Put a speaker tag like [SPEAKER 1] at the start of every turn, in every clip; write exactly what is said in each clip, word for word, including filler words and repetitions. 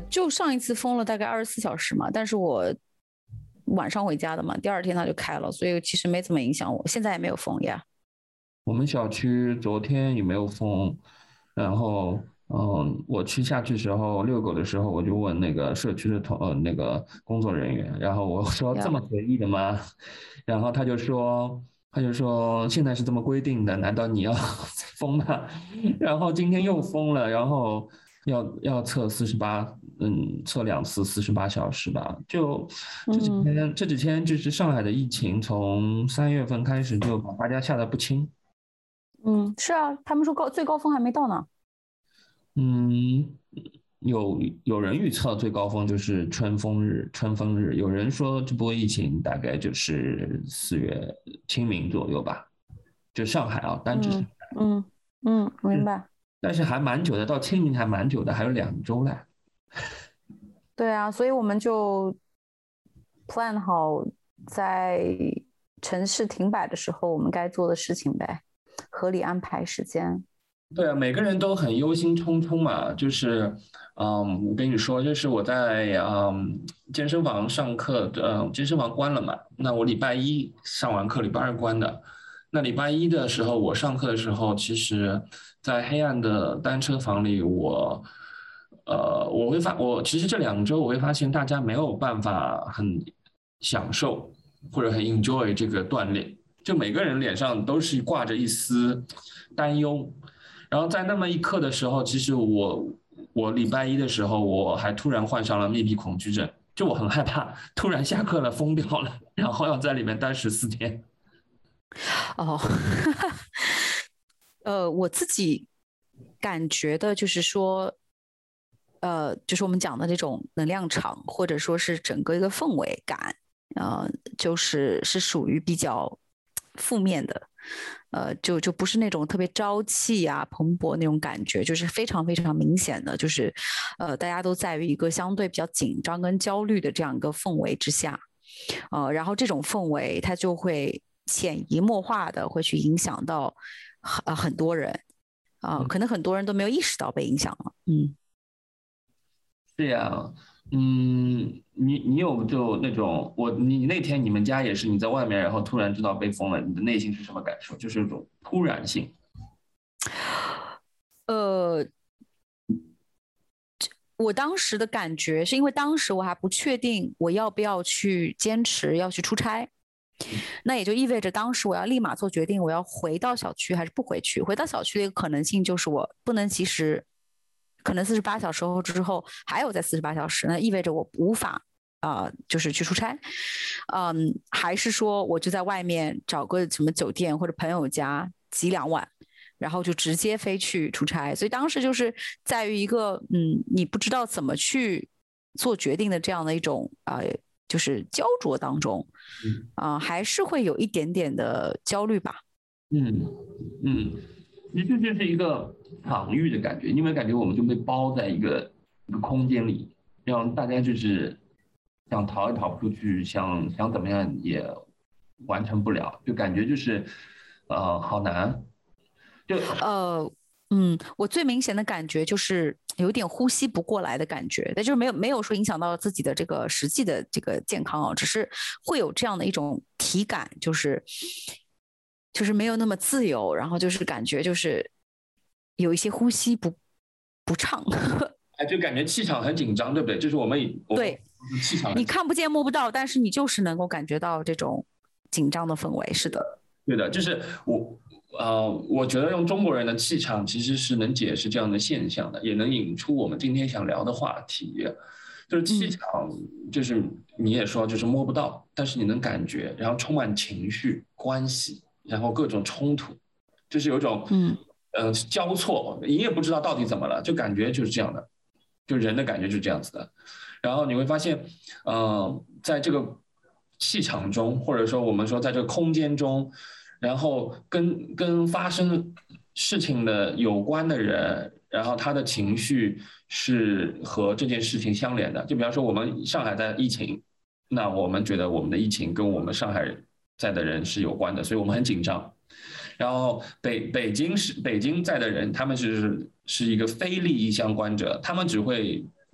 [SPEAKER 1] 就上一次封了大概二十四小时嘛，但是我晚上回家的嘛，第二天它就开了，所以其实没怎么影响我，现在也没有封呀。
[SPEAKER 2] 我们小区昨天也没有封，然后嗯，我去下去时候遛狗的时候，我就问那个社区的同呃那个工作人员，然后我说这
[SPEAKER 1] 呀，
[SPEAKER 2] 么随意的吗？然后他就说他就说现在是这么规定的，难道你要封吗？然后今天又封了，然后要要测四十八，嗯，测两次四十八小时吧。就这几
[SPEAKER 1] 嗯
[SPEAKER 2] 天这几天就是上海的疫情，从三月份开始就把大家吓得不轻。
[SPEAKER 1] 嗯，是啊，他们说高最高峰还没到呢。
[SPEAKER 2] 嗯，有有人预测最高峰就是春风日，春分日。有人说这波疫情大概就是四月清明左右吧，就上海啊，单指上
[SPEAKER 1] 嗯
[SPEAKER 2] 海。
[SPEAKER 1] 嗯嗯，明
[SPEAKER 2] 是，
[SPEAKER 1] 白。
[SPEAKER 2] 但是还蛮久的，到清明还蛮久的，还有两周嘞。
[SPEAKER 1] 对啊，所以我们就 plan 好在城市停摆的时候我们该做的事情呗，合理安排时间。
[SPEAKER 2] 对啊，每个人都很忧心忡忡嘛，就是，嗯，我跟你说，就是我在嗯健身房上课，呃，健身房关了嘛，那我礼拜一上完课，礼拜二关的。那礼拜一的时候，我上课的时候，其实，在黑暗的单车房里，我，呃，我会发，我其实这两周我会发现大家没有办法很享受或者很 enjoy 这个锻炼，就每个人脸上都是挂着一丝担忧。然后在那么一刻的时候，其实我我礼拜一的时候，我还突然患上了密闭恐惧症，就我很害怕，突然下课了疯掉了，然后要在里面待十四天。
[SPEAKER 1] 哦，呃，我自己感觉的就是说，呃，就是我们讲的这种能量场，或者说是整个一个氛围感，呃，就是是属于比较负面的，呃，就就不是那种特别朝气啊、蓬勃那种感觉，就是非常非常明显的，就是呃，大家都在于一个相对比较紧张跟焦虑的这样一个氛围之下，呃，然后这种氛围它就会潜移默化的会去影响到很很多人，啊、呃可能很多人都没有意识到被影响了，嗯。
[SPEAKER 2] 是呀，嗯，你你有就那种我你那天你们家也是你在外面，然后突然知道被封了，你的内心是什么感受？就是那种突然性。
[SPEAKER 1] 呃，我当时的感觉是因为当时我还不确定我要不要去坚持要去出差，那也就意味着当时我要立马做决定，我要回到小区还是不回去。回到小区的一个可能性就是我不能及时，可能四十八小时后之后还有在四十八小时，那意味着我无法啊、呃就是去出差，嗯，还是说我就在外面找个什么酒店或者朋友家挤两晚，然后就直接飞去出差。所以当时就是在于一个嗯，你不知道怎么去做决定的这样的一种啊、呃，就是焦灼当中
[SPEAKER 2] 嗯
[SPEAKER 1] 啊、呃，还是会有一点点的焦虑吧。
[SPEAKER 2] 嗯嗯，其实就是一个场域的感觉，因为感觉我们就被包在一个一个空间里，让大家就是想逃也逃不出去，想想怎么样也完成不了，就感觉就是呃好难。就
[SPEAKER 1] 呃，嗯，我最明显的感觉就是有点呼吸不过来的感觉，但就是没有没有说影响到自己的这个实际的这个健康哦，只是会有这样的一种体感，就是就是没有那么自由，然后就是感觉就是有一些呼吸不不畅。
[SPEAKER 2] 哎，就感觉气场很紧张，对不对？就是我们以我们
[SPEAKER 1] 对，
[SPEAKER 2] 气场很紧，
[SPEAKER 1] 你看不见摸不到，但是你就是能够感觉到这种紧张的氛围。是的，
[SPEAKER 2] 对的，就是我呃，我觉得用中国人的气场其实是能解释这样的现象的，也能引出我们今天想聊的话题。就是气
[SPEAKER 1] 嗯
[SPEAKER 2] 场，就是你也说，就是摸不到，但是你能感觉，然后充满情绪、关系，然后各种冲突，就是有种
[SPEAKER 1] 嗯
[SPEAKER 2] 呃交错，你也不知道到底怎么了，就感觉就是这样的，就人的感觉就是这样子的。然后你会发现，呃，在这个气场中，或者说我们说在这个空间中，然后跟跟发生事情的有关的人，然后他的情绪是和这件事情相连的。就比方说，我们上海在疫情，那我们觉得我们的疫情跟我们上海在的人是有关的，所以我们很紧张。然后北北京是北京在的人，他们是是一个非利益相关者，他们只会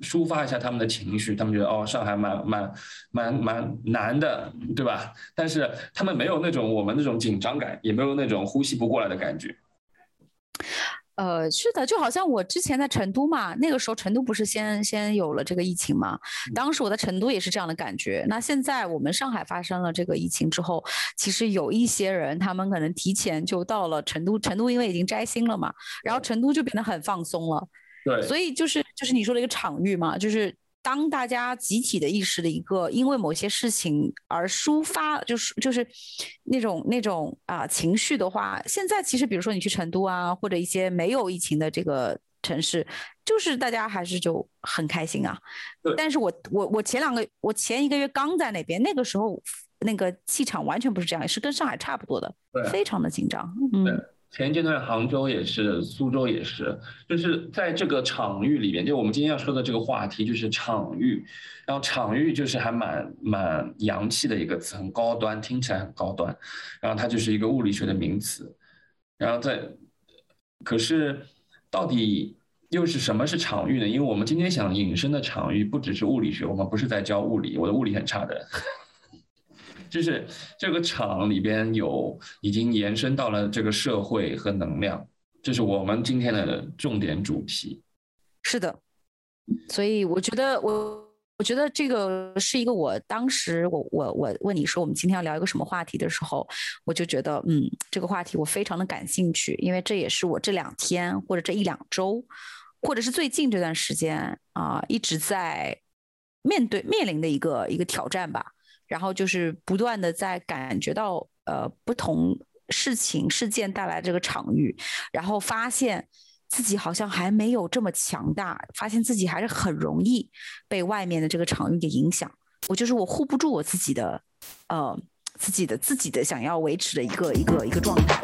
[SPEAKER 2] 抒发一下他们的情绪，他们觉得哦，上海蛮蛮蛮蛮难的，对吧？但是他们没有那种我们那种紧张感，也没有那种呼吸不过来的感觉。
[SPEAKER 1] 呃，是的，就好像我之前在成都嘛，那个时候成都不是先先有了这个疫情嘛，当时我在成都也是这样的感觉。那现在我们上海发生了这个疫情之后，其实有一些人他们可能提前就到了成都，成都因为已经摘星了嘛，然后成都就变得很放松了。
[SPEAKER 2] 对，
[SPEAKER 1] 所以就是就是你说的一个场域嘛，就是当大家集体的意识的一个因为某些事情而抒发，就是就是那种那种啊、情绪的话，现在其实比如说你去成都啊，或者一些没有疫情的这个城市，就是大家还是就很开心啊。但是我我我前两个我前一个月刚在那边，那个时候那个气场完全不是这样，是跟上海差不多的，非常的紧张。嗯。
[SPEAKER 2] 前阶段杭州也是，苏州也是，就是在这个场域里边，就我们今天要说的这个话题就是场域，然后场域就是还蛮蛮洋气的一个词，很高端，听起来很高端，然后它就是一个物理学的名词，然后在，可是到底又是什么是场域呢？因为我们今天想引申的场域不只是物理学，我们不是在教物理，我的物理很差的。就是这个场里边有已经延伸到了这个社会和能量，这是我们今天的重点主题。
[SPEAKER 1] 是的，所以我觉得我我觉得这个是一个我当时我我我问你说我们今天要聊一个什么话题的时候，我就觉得嗯这个话题我非常的感兴趣，因为这也是我这两天或者这一两周，或者是最近这段时间啊、呃、一直在面对面临的一个一个挑战吧。然后就是不断的在感觉到呃不同事情事件带来这个场域，然后发现自己好像还没有这么强大，发现自己还是很容易被外面的这个场域给影响。我就是我护不住我自己的呃自己的自己的想要维持的一个一个一个状态。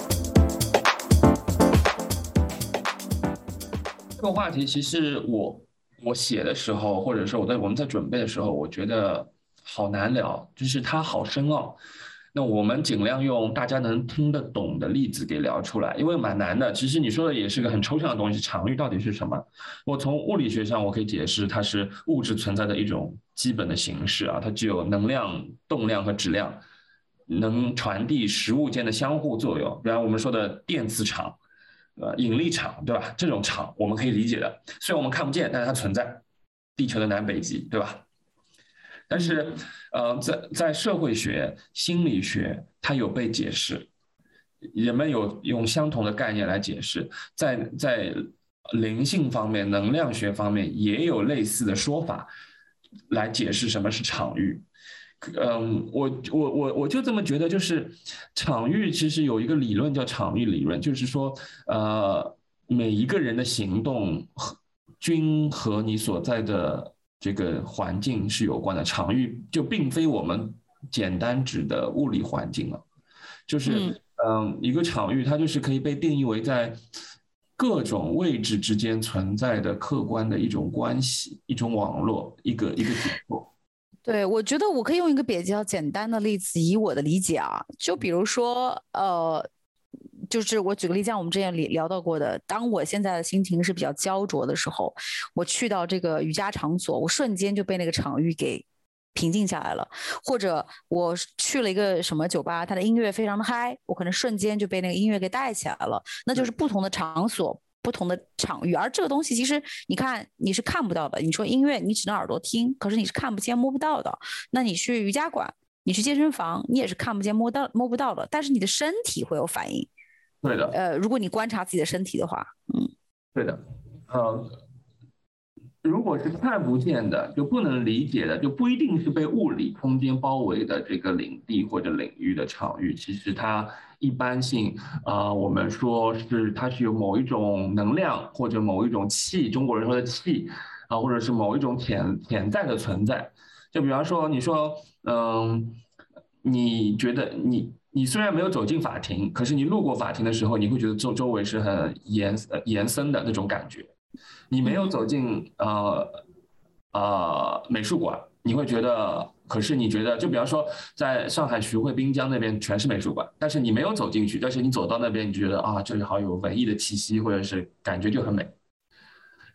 [SPEAKER 2] 这个话题其实我我写的时候，或者说我在我们在准备的时候，我觉得好难聊，就是它好深奥。那我们尽量用大家能听得懂的例子给聊出来，因为蛮难的。其实你说的也是个很抽象的东西，场域到底是什么？我从物理学上我可以解释，它是物质存在的一种基本的形式啊，它具有能量、动量和质量，能传递实物间的相互作用。比方我们说的电磁场。呃，引力场，对吧？这种场我们可以理解的，虽然我们看不见，但是它存在，地球的南北极，对吧？但是，呃，在在社会学、心理学，它有被解释，人们有用相同的概念来解释，在在灵性方面、能量学方面也有类似的说法来解释什么是场域。嗯，我我我我就这么觉得，就是场域其实有一个理论叫场域理论，就是说，呃，每一个人的行动均和你所在的这个环境是有关的。场域就并非我们简单指的物理环境了，就是嗯，一个场域它就是可以被定义为在各种位置之间存在的客观的一种关系、一种网络、一个一个结构。
[SPEAKER 1] 对，我觉得我可以用一个比较简单的例子，以我的理解啊，就比如说，呃，就是我举个例子，像我们之前聊到过的，当我现在的心情是比较焦灼的时候，我去到这个瑜伽场所，我瞬间就被那个场域给平静下来了，或者我去了一个什么酒吧，它的音乐非常的嗨，我可能瞬间就被那个音乐给带起来了，那就是不同的场所。不同的场域，而这个东西其实你看你是看不到的。你说音乐，你只能耳朵听，可是你是看不见摸不到的。那你去瑜伽馆，你去健身房，你也是看不见摸到摸不到的，但是你的身体会有反应。
[SPEAKER 2] 对的，
[SPEAKER 1] 呃，如果你观察自己的身体的话，嗯，
[SPEAKER 2] 对的，呃，如果是看不见的，就不能理解的，就不一定是被物理空间包围的这个领地或者领域的场域，其实它一般性啊、呃，我们说是它是有某一种能量或者某一种气，中国人说的气啊、呃，或者是某一种潜潜在的存在。就比方说，你说，嗯，你觉得你你虽然没有走进法庭，可是你路过法庭的时候，你会觉得周周围是很严严森的那种感觉。你没有走进呃呃美术馆，你会觉得，可是你觉得，就比方说，在上海徐汇滨江那边全是美术馆，但是你没有走进去，但是你走到那边，你觉得啊，这里好有文艺的气息，或者是感觉就很美。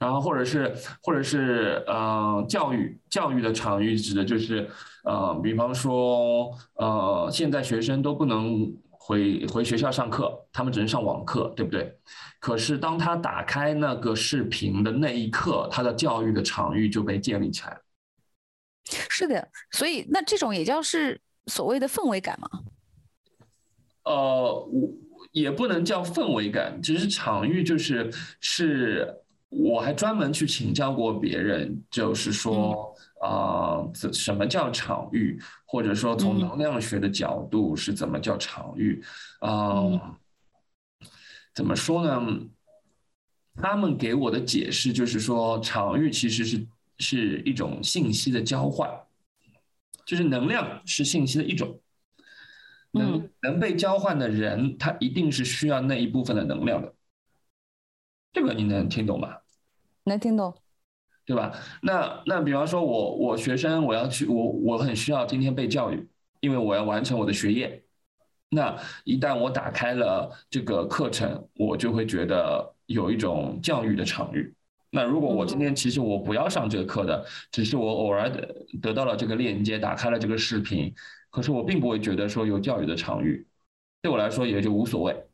[SPEAKER 2] 然后或者是或者是呃教育教育的场域指的就是呃比方说呃现在学生都不能回回学校上课，他们只能上网课，对不对？可是当他打开那个视频的那一刻，他的教育的场域就被建立起来了。
[SPEAKER 1] 是的，所以那这种也叫是所谓的氛围感嘛？
[SPEAKER 2] 呃，我也不能叫氛围感，只是场域就是是，我还专门去请教过别人，就是说，啊、呃，什么叫场域，或者说从能量学的角度是怎么叫场域，啊、呃，怎么说呢？他们给我的解释就是说，场域其实是是一种信息的交换，就是能量是信息的一种。能能被交换的人，他一定是需要那一部分的能量的，这个你能听懂吗？
[SPEAKER 1] 能听懂。
[SPEAKER 2] 对吧？那那比方说我我学生我要去我我很需要今天被教育，因为我要完成我的学业。那一旦我打开了这个课程，我就会觉得有一种教育的场域。那如果我今天其实我不要上这个课的，只是我偶尔得到了这个链接，打开了这个视频，可是我并不会觉得说有教育的场域，对我来说也就无所谓。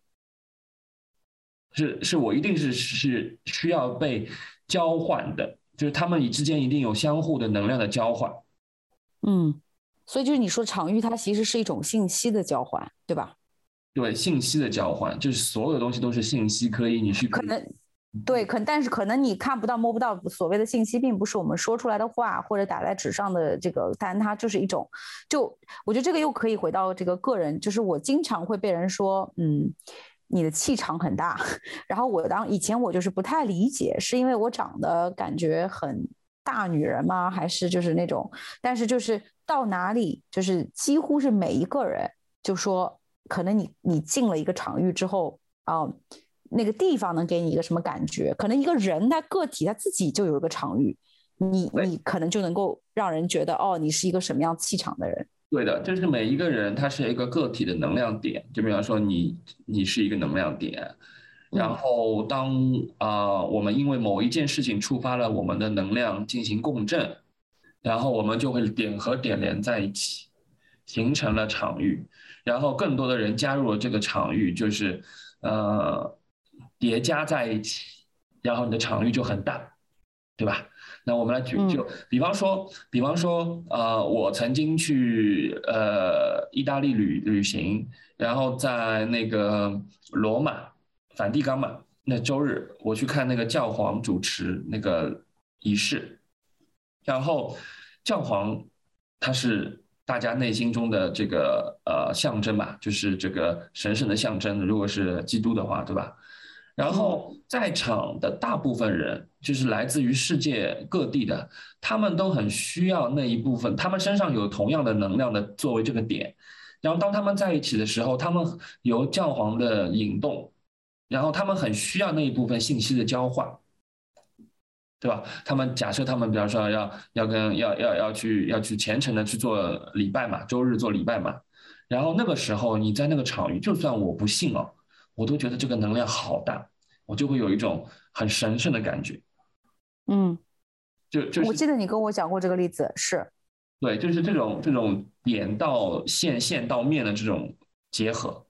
[SPEAKER 2] 是是我一定是是需要被交换的，就是他们之间一定有相互的能量的交换。
[SPEAKER 1] 嗯，所以就是你说场域，它其实是一种信息的交换，对吧？
[SPEAKER 2] 对，信息的交换，就是所有东西都是信息，可以你去
[SPEAKER 1] 可能对，可但是可能你看不到摸不到，所谓的信息并不是我们说出来的话或者打在纸上的这个，但它就是一种，就我觉得这个又可以回到这个个人，就是我经常会被人说，嗯，你的气场很大，然后我当以前我就是不太理解，是因为我长得感觉很大女人吗？还是就是那种，但是就是到哪里就是几乎是每一个人就说，可能你你进了一个场域之后啊。呃那个地方能给你一个什么感觉？可能一个人他个体他自己就有一个场域，你你可能就能够让人觉得哦，你是一个什么样气场的人。
[SPEAKER 2] 对的，就是每一个人他是一个个体的能量点，就比方说你你是一个能量点，然后当啊、呃、我们因为某一件事情触发了我们的能量进行共振，然后我们就会点和点连在一起，形成了场域，然后更多的人加入了这个场域，就是呃叠加在一起，然后你的场域就很大，对吧？那我们来举，就比方说，比方说，呃，我曾经去呃意大利旅旅行，然后在那个罗马梵蒂冈嘛，那周日我去看那个教皇主持那个仪式，然后教皇他是大家内心中的这个呃象征嘛，就是这个神圣的象征，如果是基督的话，对吧？然后在场的大部分人，就是来自于世界各地的，他们都很需要那一部分，他们身上有同样的能量的作为这个点。然后当他们在一起的时候，他们由教皇的引动，然后他们很需要那一部分信息的交换，对吧？他们假设他们比方说要要跟要要要去要去虔诚的去做礼拜嘛，周日做礼拜嘛，然后那个时候你在那个场域，就算我不信哦。我都觉得这个能量好大，我就会有一种很神圣的感觉。
[SPEAKER 1] 嗯，
[SPEAKER 2] 就就是
[SPEAKER 1] 我记得你跟我讲过这个例子，是
[SPEAKER 2] 对，就是这种这种点到线、线到面的这种结合。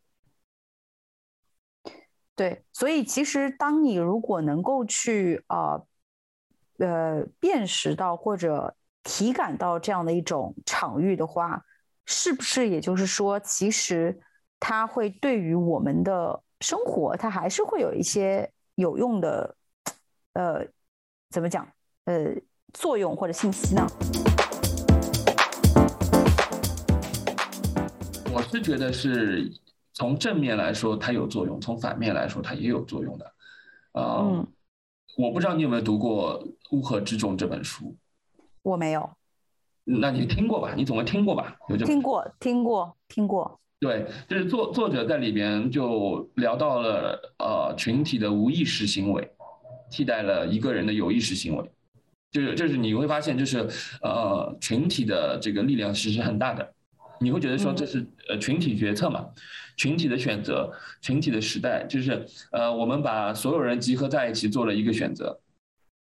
[SPEAKER 1] 对，所以其实当你如果能够去呃呃辨识到或者体感到这样的一种场域的话，是不是也就是说，其实它会对于我们的生活，它还是会有一些有用的，呃，怎么讲，呃，作用或者信息呢？
[SPEAKER 2] 我是觉得是从正面来说它有作用，从反面来说它也有作用的。呃、嗯，我不知道你有没有读过《乌合之众》这本书？
[SPEAKER 1] 我没有。
[SPEAKER 2] 那你听过吧？你总会听过吧？有这
[SPEAKER 1] 听过，听过，听过。
[SPEAKER 2] 对，就是作作者在里边就聊到了呃群体的无意识行为，替代了一个人的有意识行为，就是就是你会发现就是呃群体的这个力量其实很大的，你会觉得说这是呃群体决策嘛，群体的选择，群体的时代，就是呃我们把所有人集合在一起做了一个选择，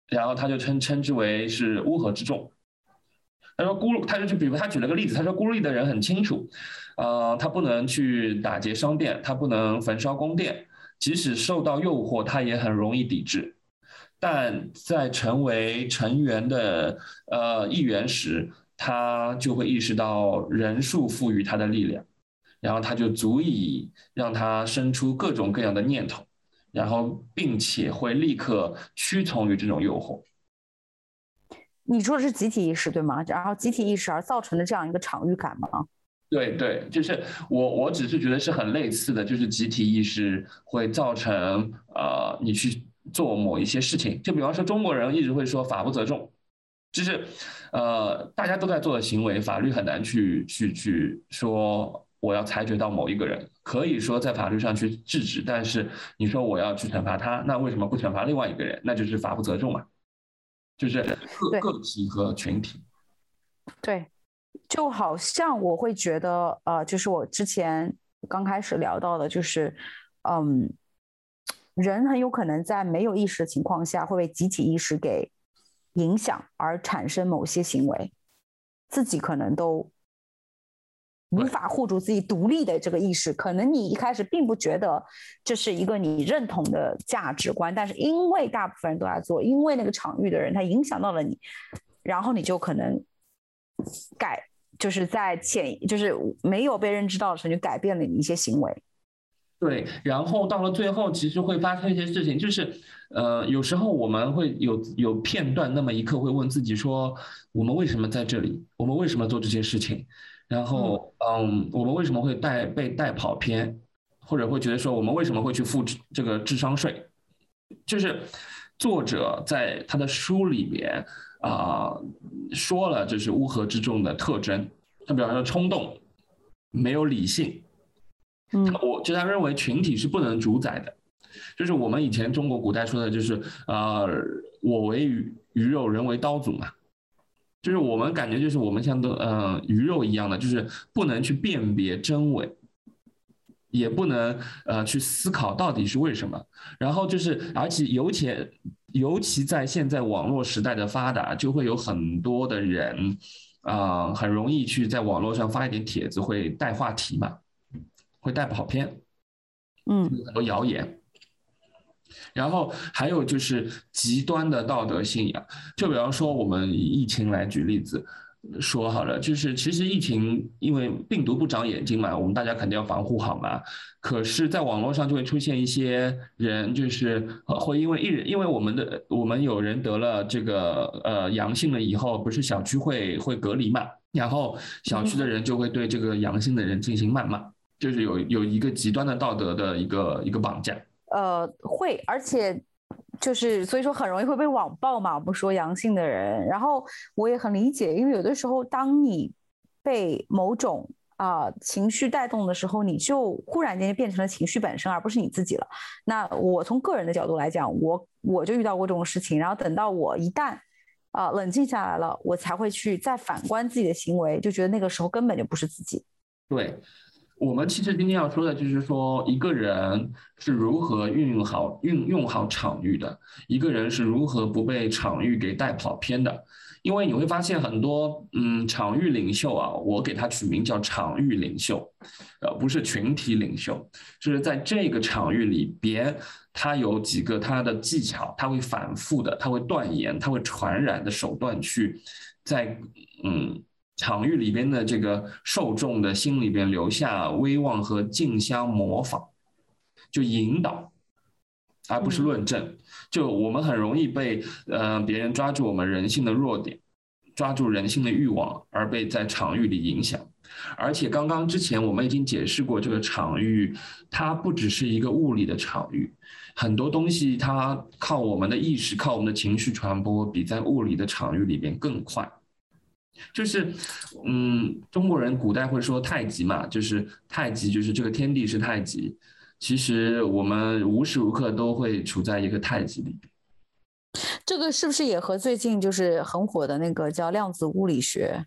[SPEAKER 2] 然后他就称称之为是乌合之众。他说孤，他就就比如他举了个例子，他说孤立的人很清楚，呃，他不能去打劫商店，他不能焚烧宫殿，即使受到诱惑，他也很容易抵制。但在成为成员的呃一员时，他就会意识到人数赋予他的力量，然后他就足以让他生出各种各样的念头，然后并且会立刻屈从于这种诱惑。
[SPEAKER 1] 你说的是集体意识对吗？然后集体意识而造成的这样一个场域感吗？
[SPEAKER 2] 对对，就是我我只是觉得是很类似的，就是集体意识会造成呃你去做某一些事情，就比方说中国人一直会说法不责众，就是呃大家都在做的行为，法律很难去去去说我要裁决到某一个人，可以说在法律上去制止，但是你说我要去惩罚他，那为什么不惩罚另外一个人？那就是法不责众嘛，就是个个体和群体。
[SPEAKER 1] 对，就好像我会觉得，呃，就是我之前刚开始聊到的，就是，嗯，人很有可能在没有意识的情况下，会被集体意识给影响而产生某些行为，自己可能都无法护住自己独立的这个意识。可能你一开始并不觉得这是一个你认同的价值观，但是因为大部分人都在做，因为那个场域的人他影响到了你，然后你就可能改，就是在潜，就是没有被认知到的时候，就改变了你一些行为。
[SPEAKER 2] 对，然后到了最后，其实会发生一些事情，就是，呃，有时候我们会有有片段那么一刻会问自己说，我们为什么在这里？我们为什么做这些事情？然后，嗯，我们为什么会带被带跑偏？或者会觉得说，我们为什么会去付这个智商税？就是作者在他的书里面啊、呃、说了，就是乌合之众的特征，他比方说冲动，没有理性。
[SPEAKER 1] 嗯，
[SPEAKER 2] 我就他认为群体是不能主宰的，就是我们以前中国古代说的，就是呃，我为鱼鱼肉，人为刀俎嘛，就是我们感觉就是我们像都呃鱼肉一样的，就是不能去辨别真伪，也不能呃去思考到底是为什么，然后就是而且尤其尤其在现在网络时代的发达，就会有很多的人啊、呃，很容易去在网络上发一点帖子，会带话题嘛。会带跑偏，
[SPEAKER 1] 嗯，
[SPEAKER 2] 很多谣言，然后还有就是极端的道德信仰，就比方说我们以疫情来举例子说好了，就是其实疫情因为病毒不长眼睛嘛，我们大家肯定要防护好嘛。可是，在网络上就会出现一些人，就是会因为一人，因为我们的我们有人得了这个呃阳性了以后，不是小区会会隔离嘛，然后小区的人就会对这个阳性的人进行谩骂。就是有有一个极端的道德的一个一个绑架，
[SPEAKER 1] 呃，会，而且就是所以说很容易会被网暴嘛。我们说阳性的人，然后我也很理解，因为有的时候当你被某种啊、呃、情绪带动的时候，你就忽然间变成了情绪本身，而不是你自己了。那我从个人的角度来讲，我我就遇到过这种事情，然后等到我一旦啊、呃、冷静下来了，我才会去再反观自己的行为，就觉得那个时候根本就不是自己。
[SPEAKER 2] 对。我们其实今天要说的就是说，一个人是如何运用好运用好场域的，一个人是如何不被场域给带跑偏的。因为你会发现很多嗯场域领袖啊，我给他取名叫场域领袖，呃，不是群体领袖，就是在这个场域里边，他有几个他的技巧，他会反复的，他会断言，他会传染的手段去在嗯。场域里边的这个受众的心里边留下威望和竞相模仿，就引导，而不是论证。嗯、就我们很容易被呃别人抓住我们人性的弱点，抓住人性的欲望，而被在场域里影响。而且刚刚之前我们已经解释过，这个场域它不只是一个物理的场域，很多东西它靠我们的意识、靠我们的情绪传播，比在物理的场域里边更快。就是，嗯，中国人古代会说太极嘛，就是太极，就是这个天地是太极。其实我们无时无刻都会处在一个太极里。
[SPEAKER 1] 这个是不是也和最近就是很火的那个叫量子物理学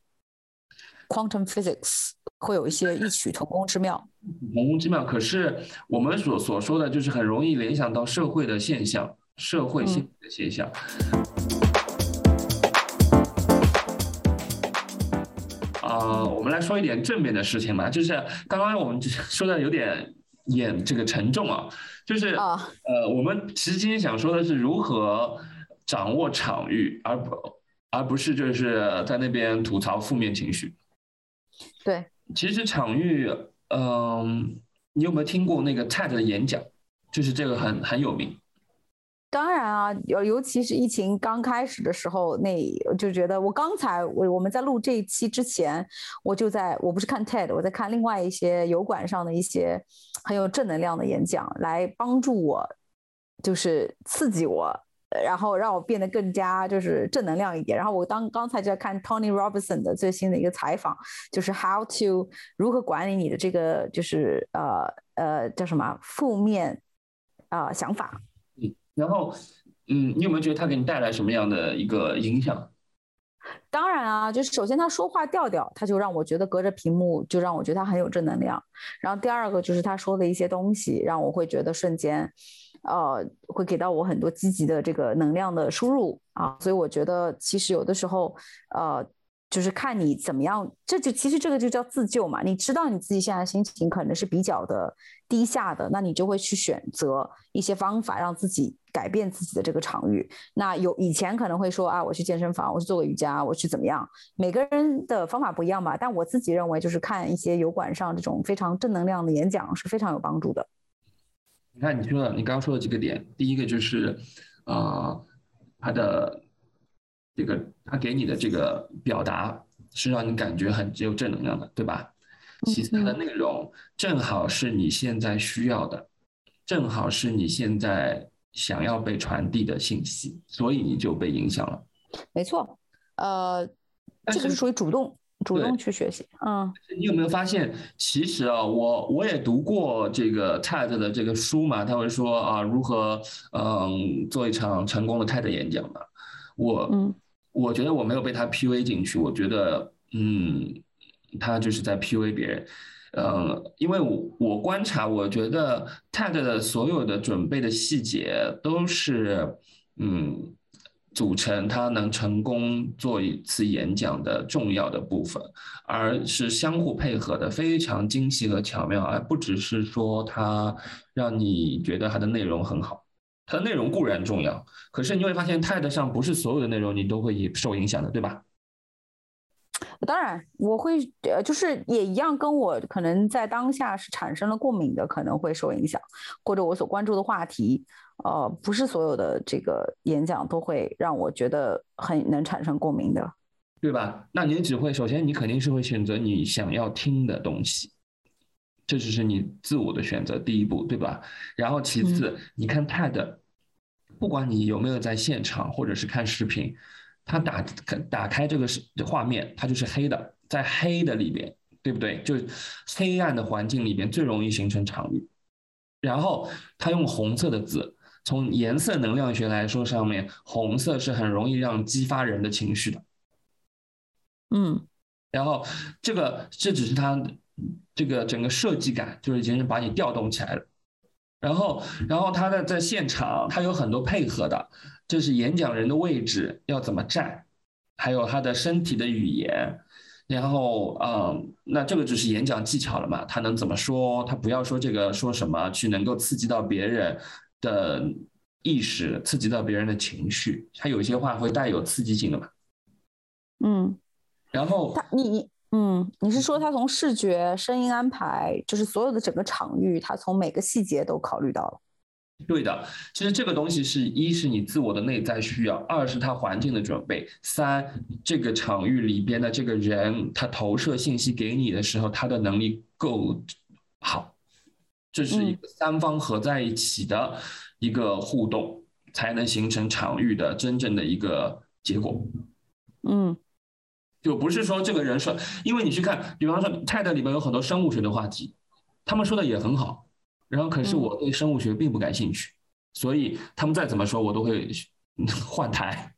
[SPEAKER 1] （quantum physics） 会有一些异曲同工之妙？
[SPEAKER 2] 同工之妙。可是我们所所说的就是很容易联想到社会的现象，社会心理的现象。嗯呃，我们来说一点正面的事情吧，就是刚刚我们说的有点演这个沉重啊，就是
[SPEAKER 1] 啊，
[SPEAKER 2] 呃，我们其实今天想说的是如何掌握场域，而不而不是就是在那边吐槽负面情绪。
[SPEAKER 1] 对，
[SPEAKER 2] 其实场域，嗯、你有没有听过那个 T E D 的演讲？就是这个很很有名。
[SPEAKER 1] 当然啊，尤尤其是疫情刚开始的时候，那就觉得我刚才我我们在录这一期之前，我就在我不是看 T E D，我在看另外一些油管上的一些很有正能量的演讲，来帮助我，就是刺激我，然后让我变得更加就是正能量一点。然后我当刚才就在看 Tony Robinson 的最新的一个采访，就是 How to 如何管理你的这个就是呃呃叫什么负面啊、呃、想法。
[SPEAKER 2] 嗯，然后，嗯，你有没有觉得他给你带来什么样的一个影响？
[SPEAKER 1] 当然啊，就是首先他说话调调，他就让我觉得隔着屏幕就让我觉得他很有正能量。然后第二个就是他说的一些东西，让我会觉得瞬间，呃，会给到我很多积极的这个能量的输入啊。所以我觉得其实有的时候，呃，就是看你怎么样，这就其实这个就叫自救嘛。你知道你自己现在心情可能是比较的低下的，那你就会去选择一些方法让自己改变自己的这个场域。那有以前可能会说啊，我去健身房，我去做个瑜伽，我去怎么样？每个人的方法不一样吧。但我自己认为，就是看一些油管上这种非常正能量的演讲是非常有帮助的。
[SPEAKER 2] 你看，你说的，你刚刚说的几个点，第一个就是，呃，他的这个他给你的这个表达是让你感觉很有正能量的，对吧？其次，它的
[SPEAKER 1] 嗯，
[SPEAKER 2] 内容正好是你现在需要的，正好是你现在想要被传递的信息，所以你就被影响了。
[SPEAKER 1] 没错，呃，
[SPEAKER 2] 但是，
[SPEAKER 1] 这个是属于主动主
[SPEAKER 2] 对，
[SPEAKER 1] 动去学习。嗯
[SPEAKER 2] 你有没有发现，其实啊，我我也读过这个 T E D 的这个书嘛，他会说啊，如何嗯做一场成功的 T E D 演讲嘛。我
[SPEAKER 1] 嗯
[SPEAKER 2] 我觉得我没有被他 P U A 进去，我觉得嗯，他就是在 P U A 别人。呃，因为我我观察，我觉得 T E D 的所有的准备的细节都是嗯。组成他能成功做一次演讲的重要的部分。而是相互配合的，非常精细和巧妙，而不只是说它让你觉得它的内容很好。它的内容固然重要，可是你会发现 T E D 上不是所有的内容你都会受影响的，对吧？
[SPEAKER 1] 当然，我会呃，就是也一样，跟我可能在当下是产生了共鸣的，可能会受影响，或者我所关注的话题，呃，不是所有的这个演讲都会让我觉得很能产生共鸣的。
[SPEAKER 2] 对吧？那你只会首先你肯定是会选择你想要听的东西，这只是你自我的选择第一步，对吧？然后其
[SPEAKER 1] 嗯
[SPEAKER 2] 次，你看 T E D，不管你有没有在现场或者是看视频，它打打开这个画面，它就是黑的，在黑的里边，对不对？就黑暗的环境里边最容易形成场域。然后它用红色的字，从颜色能量学来说，上面红色是很容易让激发人的情绪的。
[SPEAKER 1] 嗯
[SPEAKER 2] 然后这个这只是它这个整个设计感，就是已经是把你调动起来了。然后，然后他的在现场，他有很多配合的，就是演讲人的位置要怎么站，还有他的身体的语言。然后，嗯，那这个就是演讲技巧了嘛？他能怎么说？他不要说这个说什么，去能够刺激到别人的意识，刺激到别人的情绪。他有些话会带有刺激性的嘛？
[SPEAKER 1] 嗯，
[SPEAKER 2] 然后
[SPEAKER 1] 他你你嗯，你是说他从视觉、声音安排，就是所有的整个场域，他从每个细节都考虑到了。
[SPEAKER 2] 对的，其实这个东西是一是你自我的内在需要，二是他环境的准备，三这个场域里边的这个人他投射信息给你的时候，他的能力够好，这是一
[SPEAKER 1] 嗯
[SPEAKER 2] 个三方合在一起的一个互动，才能形成场域的真正的一个结果。
[SPEAKER 1] 嗯
[SPEAKER 2] 就不是说这个人说，因为你去看，比方说 T E D 里面有很多生物学的话题，他们说的也很好，然后可是
[SPEAKER 1] 嗯，
[SPEAKER 2] 我对生物学并不感兴趣，所以他们再怎么说我都会换台。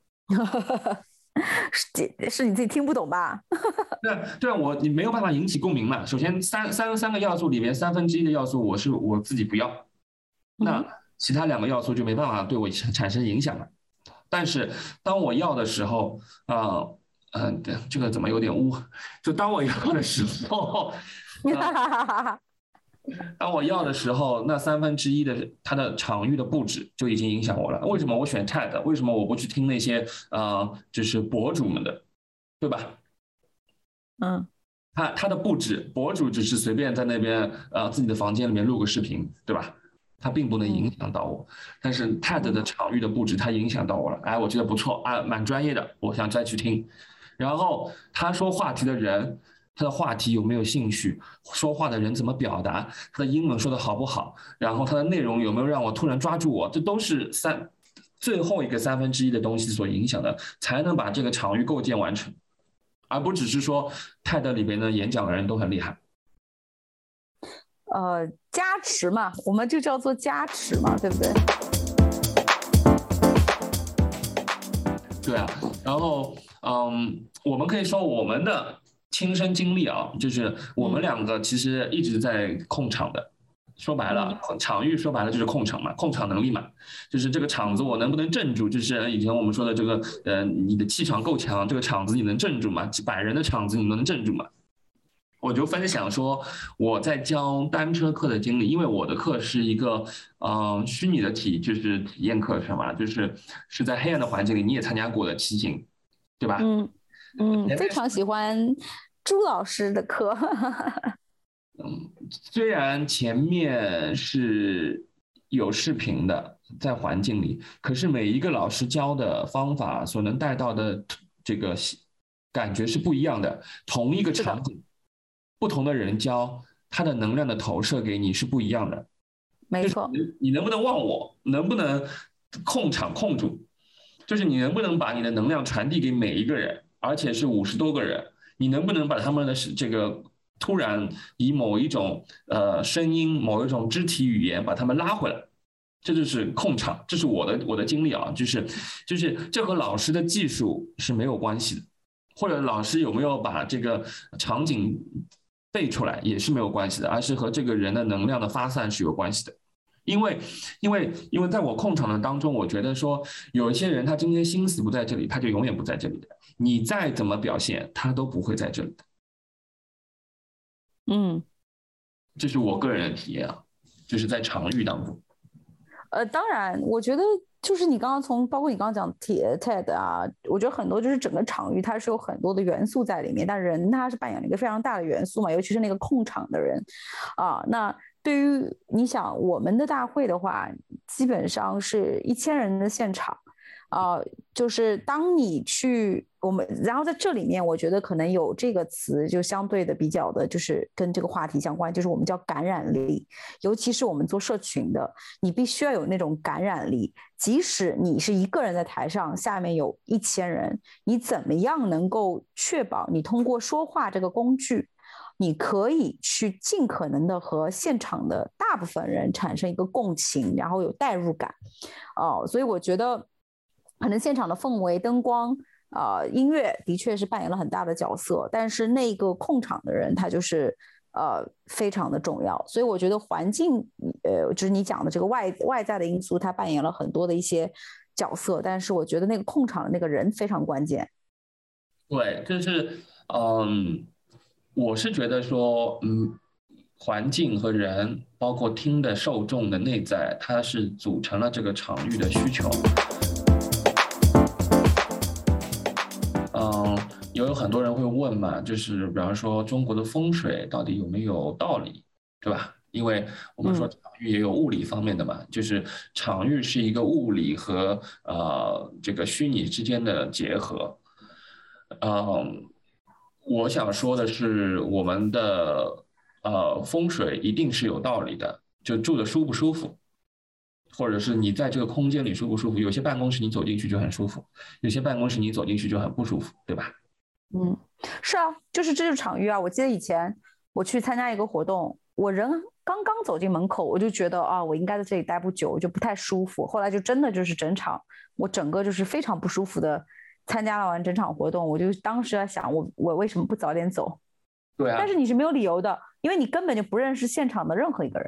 [SPEAKER 1] 是是你自己听不懂吧？
[SPEAKER 2] 对啊，对啊，我你没有办法引起共鸣嘛。首先三三三个要素里面三分之一的要素我是我自己不要，那
[SPEAKER 1] 嗯
[SPEAKER 2] 其他两个要素就没办法对我产生影响了。 但是当我要的时候，啊、呃，嗯、呃，这个怎么有点污？就当我要的时候，呃、当我要的时候，那三分之一的它的场域的布置就已经影响我了。为什么我选 T E D？为什么我不去听那些呃，就是博主们的，对吧？
[SPEAKER 1] 嗯，
[SPEAKER 2] 他他的布置，博主只是随便在那边呃自己的房间里面录个视频，对吧？它并不能影响到我，但是 T E D 的场域的布置它影响到我了，哎，我觉得不错啊，蛮专业的，我想再去听。然后他说话题的人，他的话题有没有兴趣，说话的人怎么表达，他的英文说的好不好，然后他的内容有没有让我突然抓住我，这都是三最后一个三分之一的东西所影响的，才能把这个场域构建完成。而不只是说泰德里边的演讲的人都很厉害。
[SPEAKER 1] 呃，加持嘛，我们就叫做加持嘛，对不对？
[SPEAKER 2] 对啊，然后嗯，我们可以说我们的亲身经历啊，就是我们两个其实一直在控场的。说白了，场域说白了就是控场嘛，控场能力嘛，就是这个场子我能不能镇住，就是以前我们说的这个，呃，你的气场够强，这个场子你能镇住吗？几百人的场子你能镇住吗？我就分享说我在教单车课的经历，因为我的课是一个嗯、呃、虚拟的体，就是体验课程嘛，就是是在黑暗的环境里，你也参加过的骑行，对吧？
[SPEAKER 1] 嗯嗯，非常喜欢朱老师的课。
[SPEAKER 2] 嗯，虽然前面是有视频的在环境里，可是每一个老师教的方法所能带到的这个感觉是不一样的。同一个场景，不同的人教，他的能量的投射给你是不一样的。
[SPEAKER 1] 没错，
[SPEAKER 2] 就是你能不能忘我，能不能控场控住，就是你能不能把你的能量传递给每一个人，而且是五十多个人，你能不能把他们的这个突然以某一种呃声音、某一种肢体语言把他们拉回来，这就是控场，这是我的我的经历啊，就是就是这和老师的技术是没有关系的，或者老师有没有把这个场景背出来也是没有关系的，而是和这个人的能量的发散是有关系的。因为，因为，因为在我控场的当中，我觉得说有一些人他今天心思不在这里，他就永远不在这里的。你再怎么表现，他都不会在这里的。
[SPEAKER 1] 嗯，
[SPEAKER 2] 这是我个人的体验啊，就是在场域当中。
[SPEAKER 1] 呃，当然，我觉得就是你刚刚从包括你刚刚讲 T TED 啊，我觉得很多就是整个场域它是有很多的元素在里面，但人他是扮演了一个非常大的元素嘛，尤其是那个控场的人啊。那对于你想我们的大会的话，基本上是一千人的现场。啊、呃，就是当你去我们，然后在这里面，我觉得可能有这个词就相对的比较的，就是跟这个话题相关，就是我们叫感染力，尤其是我们做社群的，你必须要有那种感染力，即使你是一个人在台上，下面有一千人，你怎么样能够确保你通过说话这个工具，你可以去尽可能的和现场的大部分人产生一个共情，然后有代入感，哦、呃，所以我觉得。可能现场的氛围、灯光、呃音乐的确是扮演了很大的角色，但是那个控场的人他就是呃非常的重要，所以我觉得环境呃就是你讲的这个外外在的因素，它扮演了很多的一些角色，但是我觉得那个控场的那个人非常关键。
[SPEAKER 2] 对，就是嗯，我是觉得说，嗯，环境和人，包括听的受众的内在，它是组成了这个场域的需求。嗯，也有很多人会问嘛，就是比方说中国的风水到底有没有道理，对吧？因为我们说场域也有物理方面的嘛，就是场域是一个物理和呃这个虚拟之间的结合。嗯，我想说的是，我们的呃风水一定是有道理的，就住的舒不舒服，或者是你在这个空间里舒不舒服。有些办公室你走进去就很舒服，有些办公室你走进去就很不舒服，对吧？
[SPEAKER 1] 嗯，是啊，就是这就是场域啊。我记得以前我去参加一个活动，我人刚刚走进门口，我就觉得啊，我应该在这里待不久，我就不太舒服。后来就真的就是整场，我整个就是非常不舒服的参加了完整场活动。我就当时在想，我我为什么不早点走？
[SPEAKER 2] 对啊，
[SPEAKER 1] 但是你是没有理由的，因为你根本就不认识现场的任何一个人。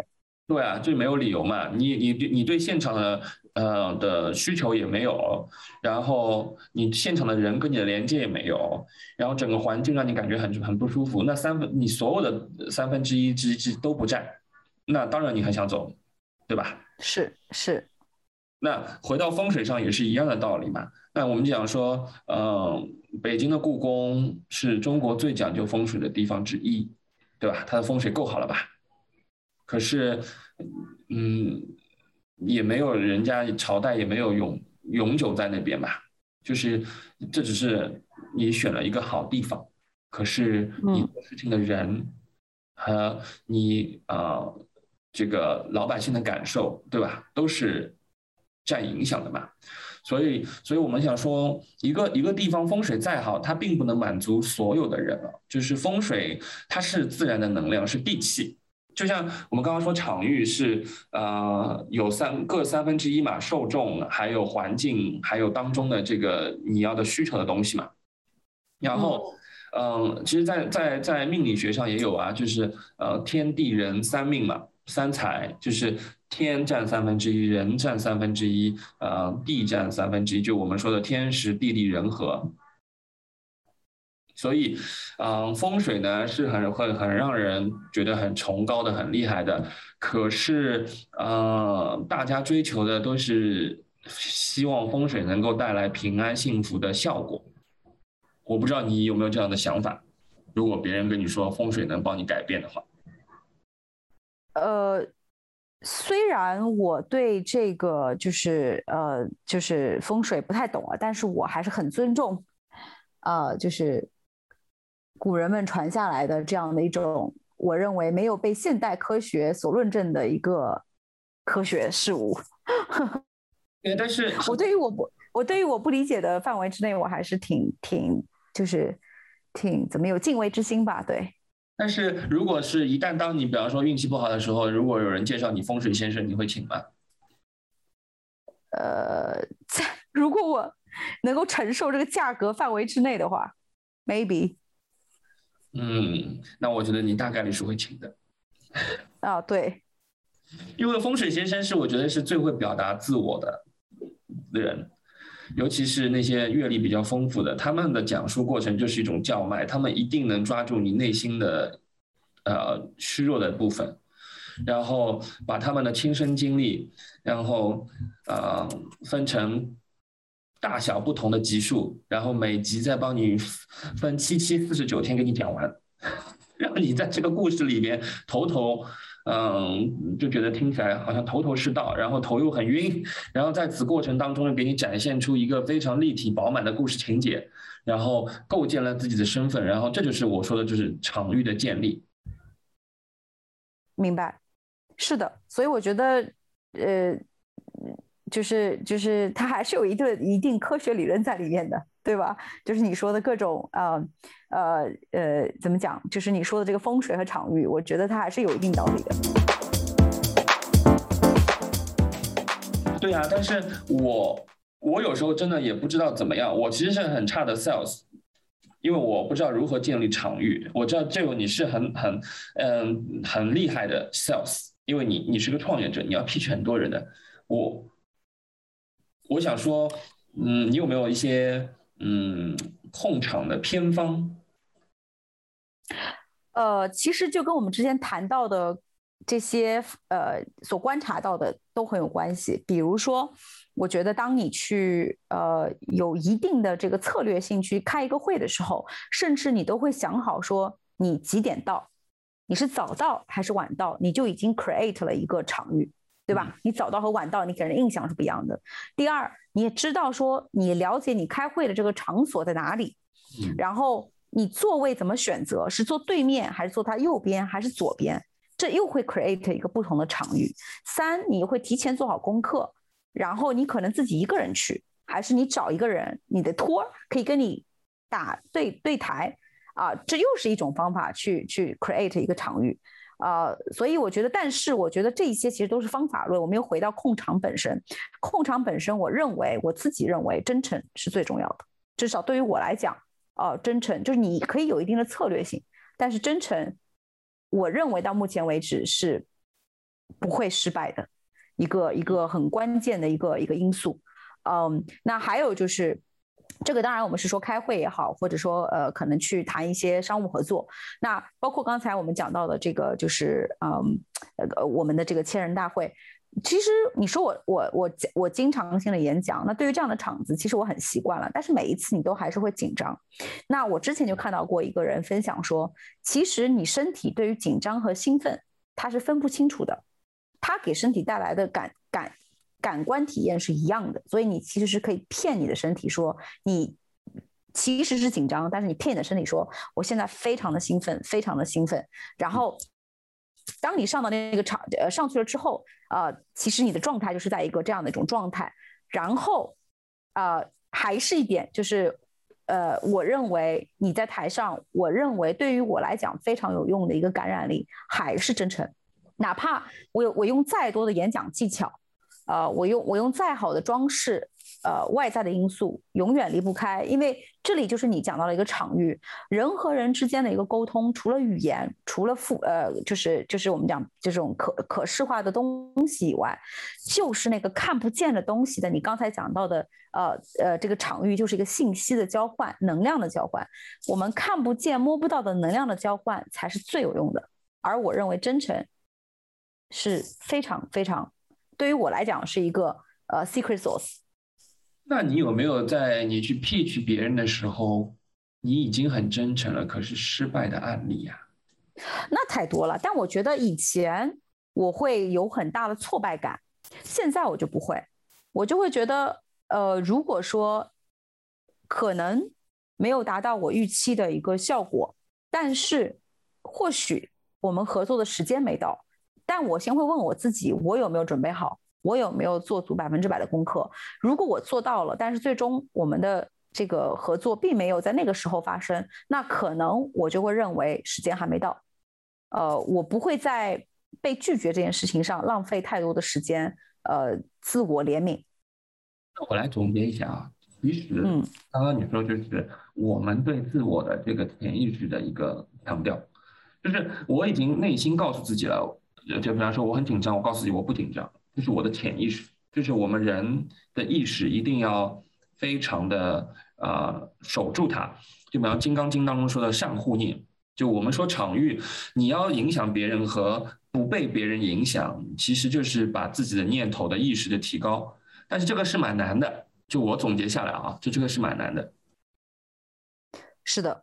[SPEAKER 2] 对啊，就没有理由嘛，你你对你对现场的呃的需求也没有，然后你现场的人跟你的连接也没有，然后整个环境让你感觉很很不舒服，那三分你所有的三分之一之之都不占，那当然你很想走，对吧？
[SPEAKER 1] 是是。
[SPEAKER 2] 那回到风水上也是一样的道理嘛。那我们讲说，呃，北京的故宫是中国最讲究风水的地方之一，对吧？它的风水够好了吧？可是，嗯，也没有人家朝代也没有永永久在那边吧，就是这只是你选了一个好地方，可是你做事情的人和你啊、呃、这个老百姓的感受，对吧，都是占影响的嘛。所以，所以我们想说，一个一个地方风水再好，它并不能满足所有的人了。就是风水，它是自然的能量，是地气。就像我们刚刚说，场域是呃有三各三分之一嘛，受众还有环境，还有当中的这个你要的需求的东西嘛。然后，嗯，其实在，在在命理学上也有啊，就是呃天地人三命嘛，三才，就是天占三分之一，人占三分之一，呃地占三分之一，就我们说的天时地利人和。所以，嗯，风水呢是很很很让人觉得很崇高的、很厉害的。可是，呃，大家追求的都是希望风水能够带来平安幸福的效果。我不知道你有没有这样的想法？如果别人跟你说风水能帮你改变的话，
[SPEAKER 1] 呃，虽然我对这个就是呃就是风水不太懂啊，但是我还是很尊重，呃，就是古人们传下来的这样的一种，我认为没有被现代科学所论证的一个科学事物。
[SPEAKER 2] 对，但是
[SPEAKER 1] 我对于我不我对于我不理解的范围之内，我还是挺挺就是挺怎么有敬畏之心吧，对。
[SPEAKER 2] 但是如果是一旦当你比方说运气不好的时候，如果有人介绍你风水先生，你会请吗？
[SPEAKER 1] 呃，在如果我能够承受这个价格范围之内的话，maybe。
[SPEAKER 2] 嗯，那我觉得你大概率是会请的。
[SPEAKER 1] 啊，对。
[SPEAKER 2] 因为风水先生是我觉得是最会表达自我的人，尤其是那些阅历比较丰富的，他们的讲述过程就是一种叫卖，他们一定能抓住你内心的呃虚弱的部分，然后把他们的亲身经历，然后呃分成大小不同的集数，然后每集再帮你分七七四十九天给你讲完，让你在这个故事里边头头。嗯，就觉得听起来好像头头是道，然后头又很晕，然后在此过程当中给你展现出一个非常立体饱满的故事情节，然后构建了自己的身份，然后这就是我说的，就是场域的建立。
[SPEAKER 1] 明白，是的，所以我觉得，呃，就是就是它还是有一个一定科学理论在里面的，对吧？就是你说的各种呃呃呃，怎么讲？就是你说的这个风水和场域，我觉得它还是有一定道理的。
[SPEAKER 2] 对啊，但是我我有时候真的也不知道怎么样，我其实是很差的 sales。因为我不知道如何建立场域，我知道这个你是很很嗯很厉害的 sales，因为你你是个创业者，你要 pitch 很多人的。我我想说，嗯，你有没有一些嗯控场的偏方？
[SPEAKER 1] 呃，其实就跟我们之前谈到的这些呃所观察到的都很有关系。比如说，我觉得当你去呃有一定的这个策略性去开一个会的时候，甚至你都会想好说你几点到，你是早到还是晚到，你就已经 create 了一个场域，对吧？你早到和晚到，你给人印象是不一样的。第二，你也知道说你了解你开会的这个场所在哪里，然后你座位怎么选择，是坐对面还是坐他右边还是左边，这又会 create 一个不同的场域。三，你会提前做好功课，然后你可能自己一个人去，还是你找一个人，你的托可以跟你打对对台啊，这又是一种方法去去 create 一个场域。呃，所以我觉得，但是我觉得这些其实都是方法论。我们又回到控场本身，控场本身，我认为我自己认为真诚是最重要的，至少对于我来讲，呃，真诚就是你可以有一定的策略性，但是真诚，我认为到目前为止是不会失败的一个一个很关键的一个一个因素。嗯，那还有就是这个当然我们是说开会也好，或者说呃可能去谈一些商务合作，那包括刚才我们讲到的这个就是嗯呃我们的这个千人大会。其实你说我我我我经常性的演讲，那对于这样的场子，其实我很习惯了，但是每一次你都还是会紧张。那我之前就看到过一个人分享说，其实你身体对于紧张和兴奋，它是分不清楚的，它给身体带来的感感感官体验是一样的，所以你其实是可以骗你的身体说你其实是紧张，但是你骗你的身体说我现在非常的兴奋，非常的兴奋，然后。当你上到那个场呃上去了之后，呃，其实你的状态就是在一个这样的一种状态，然后，呃，还是一点就是，呃，我认为你在台上，我认为对于我来讲非常有用的一个感染力还是真诚，哪怕我有我用再多的演讲技巧，呃，我用我用再好的装饰。呃，外在的因素永远离不开，因为这里就是你讲到了一个场域，人和人之间的一个沟通，除了语言，除了复呃，就是就是我们讲这种可可视化的东西以外，就是那个看不见的东西的。你刚才讲到的，呃呃，这个场域就是一个信息的交换，能量的交换，我们看不见摸不到的能量的交换才是最有用的。而我认为真诚是非常非常，对于我来讲是一个呃 secret sauce。
[SPEAKER 2] 那你有没有在你去 pitch 别人的时候，你已经很真诚了，可是失败的案例呀？
[SPEAKER 1] 那太多了，但我觉得以前我会有很大的挫败感，现在我就不会，我就会觉得，呃，如果说可能没有达到我预期的一个效果，但是或许我们合作的时间没到，但我先会问我自己，我有没有准备好？我有没有做足百分之百的功课？如果我做到了，但是最终我们的这个合作并没有在那个时候发生，那可能我就会认为时间还没到。呃，我不会在被拒绝这件事情上浪费太多的时间，呃，自我怜悯。
[SPEAKER 2] 那我来总结一下啊，其实刚刚你说就是我们对自我的这个潜意识的一个强调，就是我已经内心告诉自己了，就比方说我很紧张，我告诉自己我不紧张。就是我的潜意识，就是我们人的意识一定要非常的呃守住它。就比方《金刚经》当中说的善护念，就我们说场域，你要影响别人和不被别人影响，其实就是把自己的念头的意识的提高。但是这个是蛮难的，就我总结下来啊，就这个是蛮难的。
[SPEAKER 1] 是的，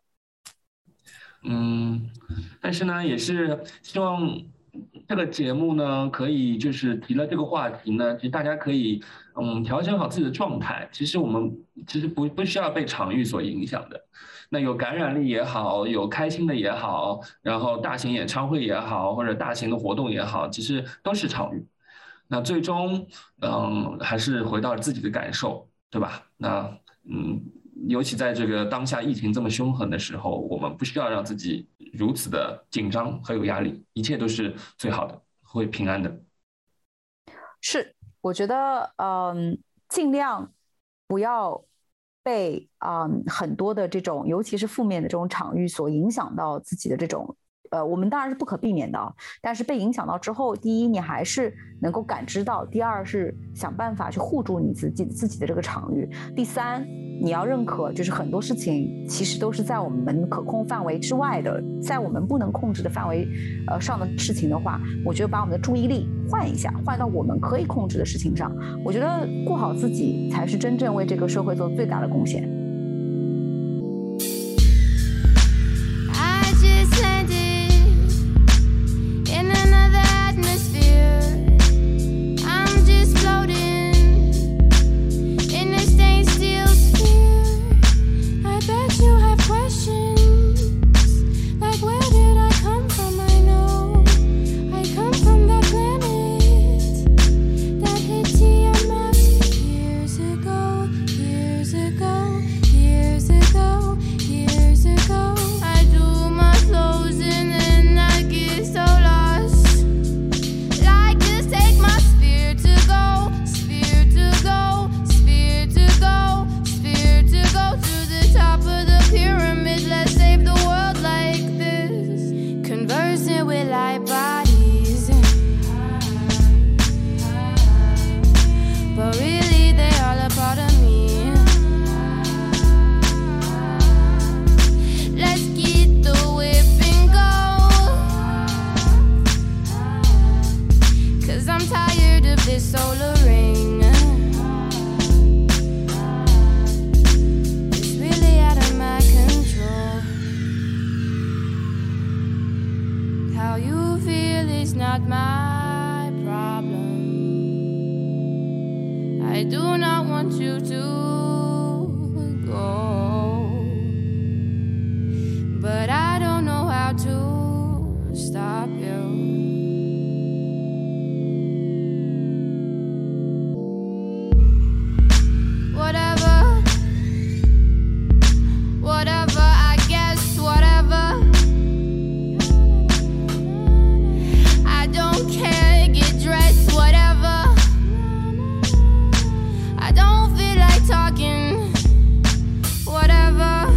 [SPEAKER 2] 嗯，但是呢，也是希望。这个节目呢，可以就是提了这个话题呢，其实大家可以嗯调整好自己的状态。其实我们其实不不需要被场域所影响的。那有感染力也好，有开心的也好，然后大型演唱会也好，或者大型的活动也好，其实都是场域。那最终嗯还是回到自己的感受，对吧？那嗯。尤其在这个当下疫情这么凶狠的时候，我们不需要让自己如此的紧张和有压力，一切都是最好的，会平安的。
[SPEAKER 1] 是，我觉得嗯，尽量不要被嗯很多的这种，尤其是负面的这种场域所影响到自己的这种。呃，我们当然是不可避免的啊，但是被影响到之后，第一，你还是能够感知到；第二，是想办法去护住你自己自己的这个场域；第三，你要认可，就是很多事情其实都是在我们可控范围之外的，在我们不能控制的范围，呃上的事情的话，我觉得把我们的注意力换一下，换到我们可以控制的事情上。我觉得顾好自己才是真正为这个社会做最大的贡献。
[SPEAKER 3] Years ago not my problem. I do not want you to go, but I don't know how to stop you. Whatever, whatever, I guess whatever. I don't care, get dressed, whatever. I don't feel like talking, whatever.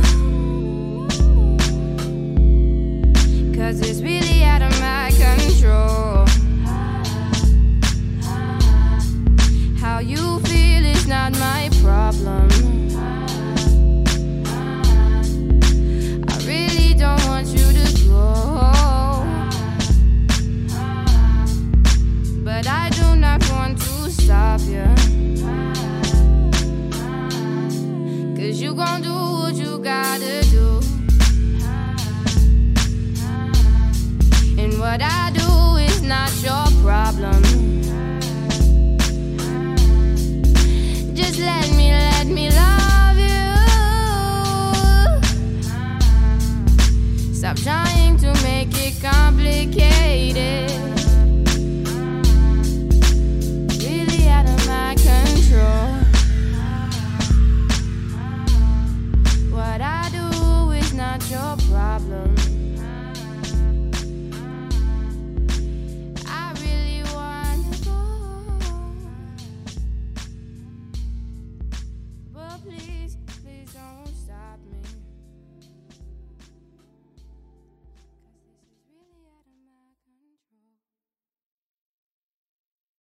[SPEAKER 3] Cause it's really out of my control. How you feel is not my problem. I really don't want you to go, but I do not want to stop you. Cause you gon' do what you gotta do, and what I do is not your problem. Just let me, let me love you. Stop trying to make it complicated.